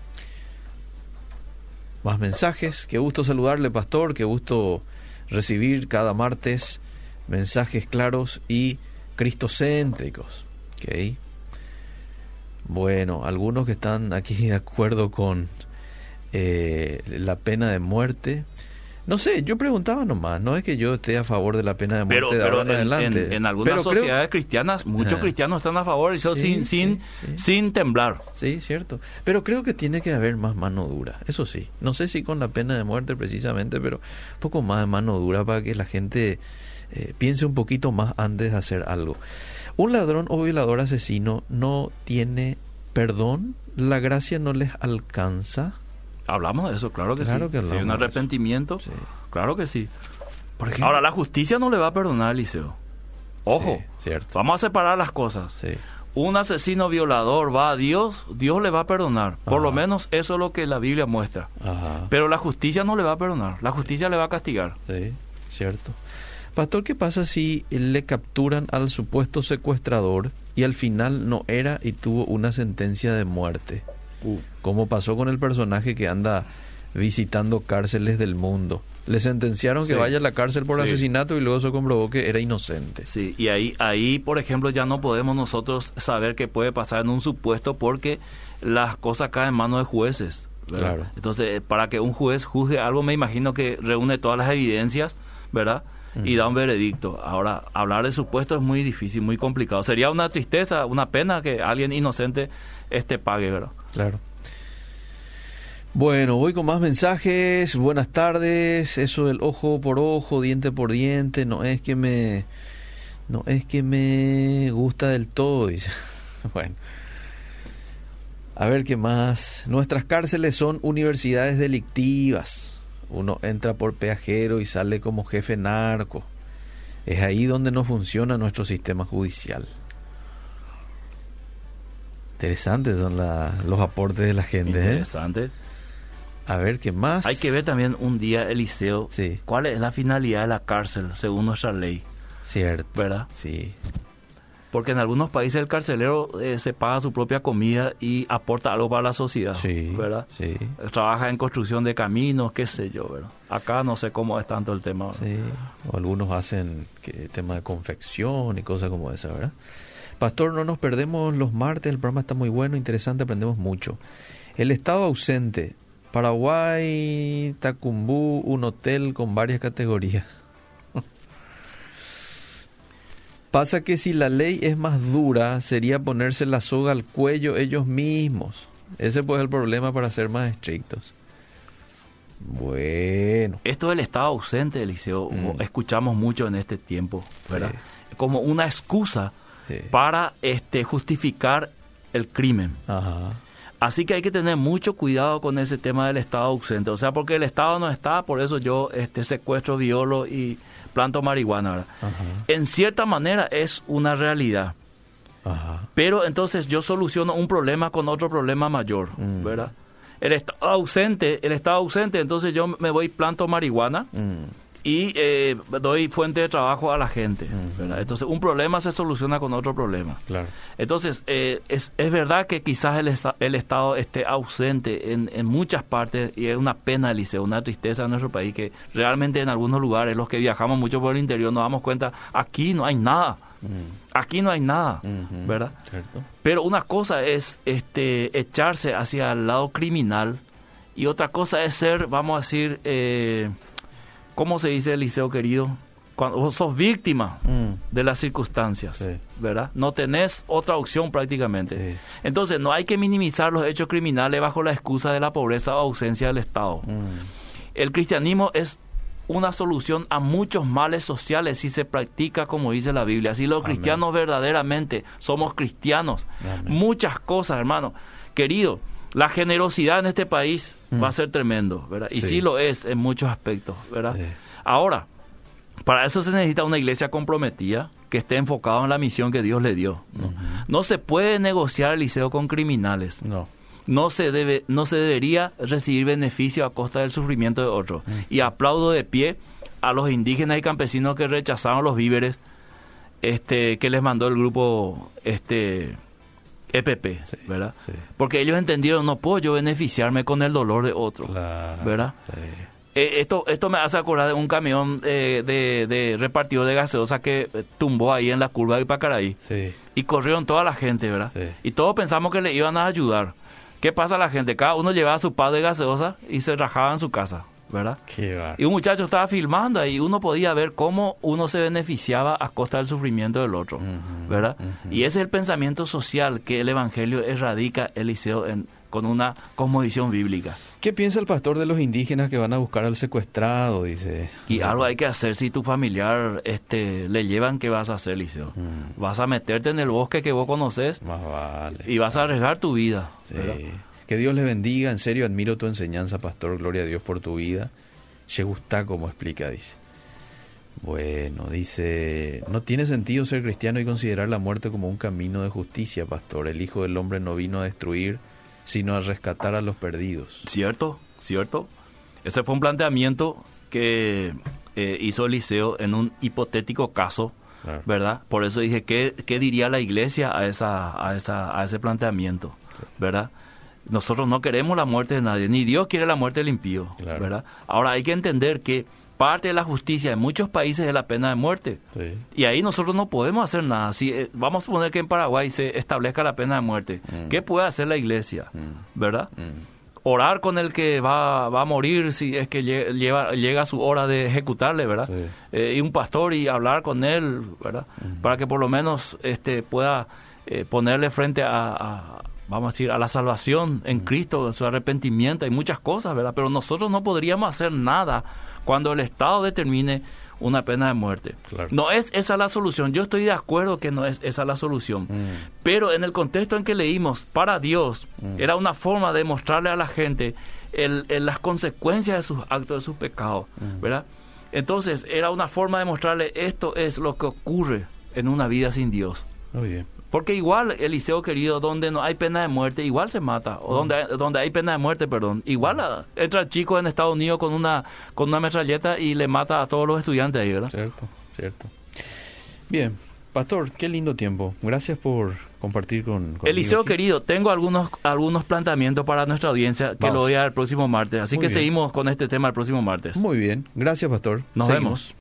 Más mensajes. Qué gusto saludarle, pastor. Qué gusto recibir cada martes mensajes claros y cristocéntricos. Okay. Bueno, algunos que están aquí de acuerdo con eh, la pena de muerte. No sé, yo preguntaba nomás, no es que yo esté a favor de la pena de muerte Pero, de pero ahora en, en, adelante. en, en algunas Pero creo- sociedades cristianas, muchos Ah. cristianos están a favor y eso Sí, sin, sí, sin, sí. sin temblar. Sí, cierto. Pero creo que tiene que haber más mano dura, eso sí. No sé si con la pena de muerte precisamente, pero un poco más de mano dura para que la gente eh, piense un poquito más antes de hacer algo. Un ladrón o violador asesino no tiene perdón, la gracia no les alcanza. Hablamos de eso, claro que Claro sí. que Si hay hablamos un de eso. arrepentimiento, Sí. claro que sí. Por ejemplo, Ahora, la justicia no le va a perdonar al Liceo. Ojo, Sí, cierto. vamos a separar las cosas. Sí. Un asesino violador va a Dios, Dios le va a perdonar. Por Ajá. lo menos eso es lo que la Biblia muestra. Ajá. Pero la justicia no le va a perdonar, la justicia le va a castigar. Sí, cierto. Pastor, ¿qué pasa si le capturan al supuesto secuestrador y al final no era y tuvo una sentencia de muerte? Uh. Como pasó con el personaje que anda visitando cárceles del mundo. Le sentenciaron que Sí. vaya a la cárcel por Sí. asesinato y luego se comprobó que era inocente. Sí, y ahí, ahí, por ejemplo, ya no podemos nosotros saber qué puede pasar en un supuesto porque las cosas caen en manos de jueces, ¿verdad? Claro. Entonces, para que un juez juzgue algo, me imagino que reúne todas las evidencias, ¿verdad? Y da un veredicto. Ahora, hablar de supuesto es muy difícil, muy complicado. Sería una tristeza, una pena que alguien inocente este pague, ¿verdad? Claro. Bueno, voy con más mensajes. Buenas tardes. Eso del ojo por ojo, diente por diente, no es que me no es que me gusta del todo, dice. Bueno. A ver qué más. Nuestras cárceles son universidades delictivas. Uno entra por peajero y sale como jefe narco. Es ahí donde no funciona nuestro sistema judicial. Interesantes son la, los aportes de la gente, ¿eh? Interesante. A ver, ¿qué más? Hay que ver también un día, Eliseo, Sí. cuál es la finalidad de la cárcel, según nuestra ley, Cierto. ¿verdad? Sí. Porque en algunos países el carcelero eh, se paga su propia comida y aporta algo para la sociedad, Sí. ¿verdad? Sí. Trabaja en construcción de caminos, qué sé yo, ¿verdad? Acá no sé cómo es tanto el tema, ¿verdad? Sí. O algunos hacen que, tema de confección y cosas como esa, ¿verdad? Pastor, no nos perdemos los martes. El programa está muy bueno, interesante, aprendemos mucho. El estado ausente. Paraguay, Tacumbú, un hotel con varias categorías. Pasa que si la ley es más dura, sería ponerse la soga al cuello ellos mismos. Ese pues es el problema para ser más estrictos. Bueno. Esto del Estado ausente, Eliseo, mm. escuchamos mucho en este tiempo, ¿verdad? Sí. Como una excusa sí. para este justificar el crimen. Ajá. Así que hay que tener mucho cuidado con ese tema del Estado ausente. O sea, porque el Estado no está, por eso yo este secuestro, violo y planto marihuana, ¿verdad? Ajá. En cierta manera es una realidad. Ajá. Pero entonces yo soluciono un problema con otro problema mayor, mm. ¿verdad? El Estado ausente, el Estado ausente, entonces yo me voy planto marihuana mm. y eh, doy fuente de trabajo a la gente, mm. ¿verdad? Entonces un problema se soluciona con otro problema. Claro. Entonces eh, es, es verdad que quizás el, el Estado esté ausente en, en muchas partes y es una pena, Eliseo, una tristeza en nuestro país que realmente en algunos lugares, los que viajamos mucho por el interior, nos damos cuenta, aquí no hay nada. Aquí no hay nada, uh-huh, ¿verdad? Cierto. Pero una cosa es este echarse hacia el lado criminal y otra cosa es ser, vamos a decir, eh, ¿cómo se dice, Eliseo querido? Cuando vos sos víctima mm. de las circunstancias, sí. ¿verdad? No tenés otra opción prácticamente. Sí. Entonces no hay que minimizar los hechos criminales bajo la excusa de la pobreza o ausencia del Estado. Mm. El cristianismo es una solución a muchos males sociales si se practica como dice la Biblia. Si los Amén. Cristianos verdaderamente somos cristianos, Amén. Muchas cosas, hermano. Querido, la generosidad en este país mm. va a ser tremendo, ¿verdad? Y sí. sí lo es en muchos aspectos, ¿verdad? Sí. Ahora, para eso se necesita una iglesia comprometida que esté enfocada en la misión que Dios le dio, ¿no? Uh-huh. No se puede negociar, Eliseo, con criminales. No. No se debe, no se debería recibir beneficio a costa del sufrimiento de otros. Mm. Y aplaudo de pie a los indígenas y campesinos que rechazaron los víveres este, que les mandó el grupo este E P P, sí, ¿verdad? Sí. Porque ellos entendieron, no puedo yo beneficiarme con el dolor de otro, claro, ¿verdad? Sí. Eh, esto esto me hace acordar de un camión eh, de, de repartido de gaseosa que tumbó ahí en la curva de Ipacaraí. Sí. Y corrieron toda la gente, ¿verdad? Sí. Y todos pensamos que le iban a ayudar. ¿Qué pasa a la gente? Cada uno llevaba su paz de gaseosa y se rajaba en su casa, ¿verdad? Qué bar. Y un muchacho estaba filmando ahí y uno podía ver cómo uno se beneficiaba a costa del sufrimiento del otro, uh-huh, ¿verdad? Uh-huh. Y ese es el pensamiento social que el Evangelio erradica, Eliseo, en, con una cosmovisión bíblica. ¿Qué piensa el pastor de los indígenas que van a buscar al secuestrado? Dice. Y algo hay que hacer si tu familiar este, le llevan, ¿qué vas a hacer, Eliseo? Mm. Vas a meterte en el bosque que vos conoces. Más vale. Y vas a arriesgar tu vida. Sí. Que Dios le bendiga. En serio, admiro tu enseñanza, pastor. Gloria a Dios por tu vida. Che gusta como explica, dice. Bueno, dice, no tiene sentido ser cristiano y considerar la muerte como un camino de justicia, pastor. El Hijo del Hombre no vino a destruir, sino a rescatar a los perdidos. Cierto, cierto. Ese fue un planteamiento que eh, hizo Eliseo en un hipotético caso, claro, ¿verdad? Por eso dije, ¿qué, qué diría la iglesia a esa, a esa, a ese planteamiento, ¿verdad? Nosotros no queremos la muerte de nadie, ni Dios quiere la muerte del impío, claro, ¿verdad? Ahora hay que entender que parte de la justicia en muchos países es la pena de muerte. Sí. Y ahí nosotros no podemos hacer nada. Si eh, vamos a suponer que en Paraguay se establezca la pena de muerte, mm. ¿qué puede hacer la iglesia? Mm. ¿Verdad? Mm. Orar con el que va, va a morir si es que lleva, llega su hora de ejecutarle, ¿verdad? Sí. Eh, y un pastor y hablar con él, ¿verdad? Mm. Para que por lo menos este pueda eh, ponerle frente a, a, vamos a decir, a la salvación en mm. Cristo, su arrepentimiento. Hay muchas cosas, ¿verdad? Pero nosotros no podríamos hacer nada cuando el Estado determine una pena de muerte. Claro. No es esa la solución. Yo estoy de acuerdo que no es esa la solución. Mm. Pero en el contexto en que leímos, para Dios, mm. era una forma de mostrarle a la gente el, el, las consecuencias de sus actos, de sus pecados, mm. ¿verdad? Entonces, era una forma de mostrarle esto es lo que ocurre en una vida sin Dios. Muy bien. Porque igual, Eliseo querido, donde no hay pena de muerte, igual se mata. O donde hay, donde hay pena de muerte, perdón. Igual a, entra el chico en Estados Unidos con una con una metralleta y le mata a todos los estudiantes ahí, ¿verdad? Cierto, cierto. Bien, pastor, qué lindo tiempo. Gracias por compartir con Eliseo aquí. Querido, tengo algunos algunos planteamientos para nuestra audiencia que Vamos. Lo voy a dar el próximo martes. Así Muy que bien. Seguimos con este tema el próximo martes. Muy bien. Gracias, pastor. Nos Seguimos. vemos.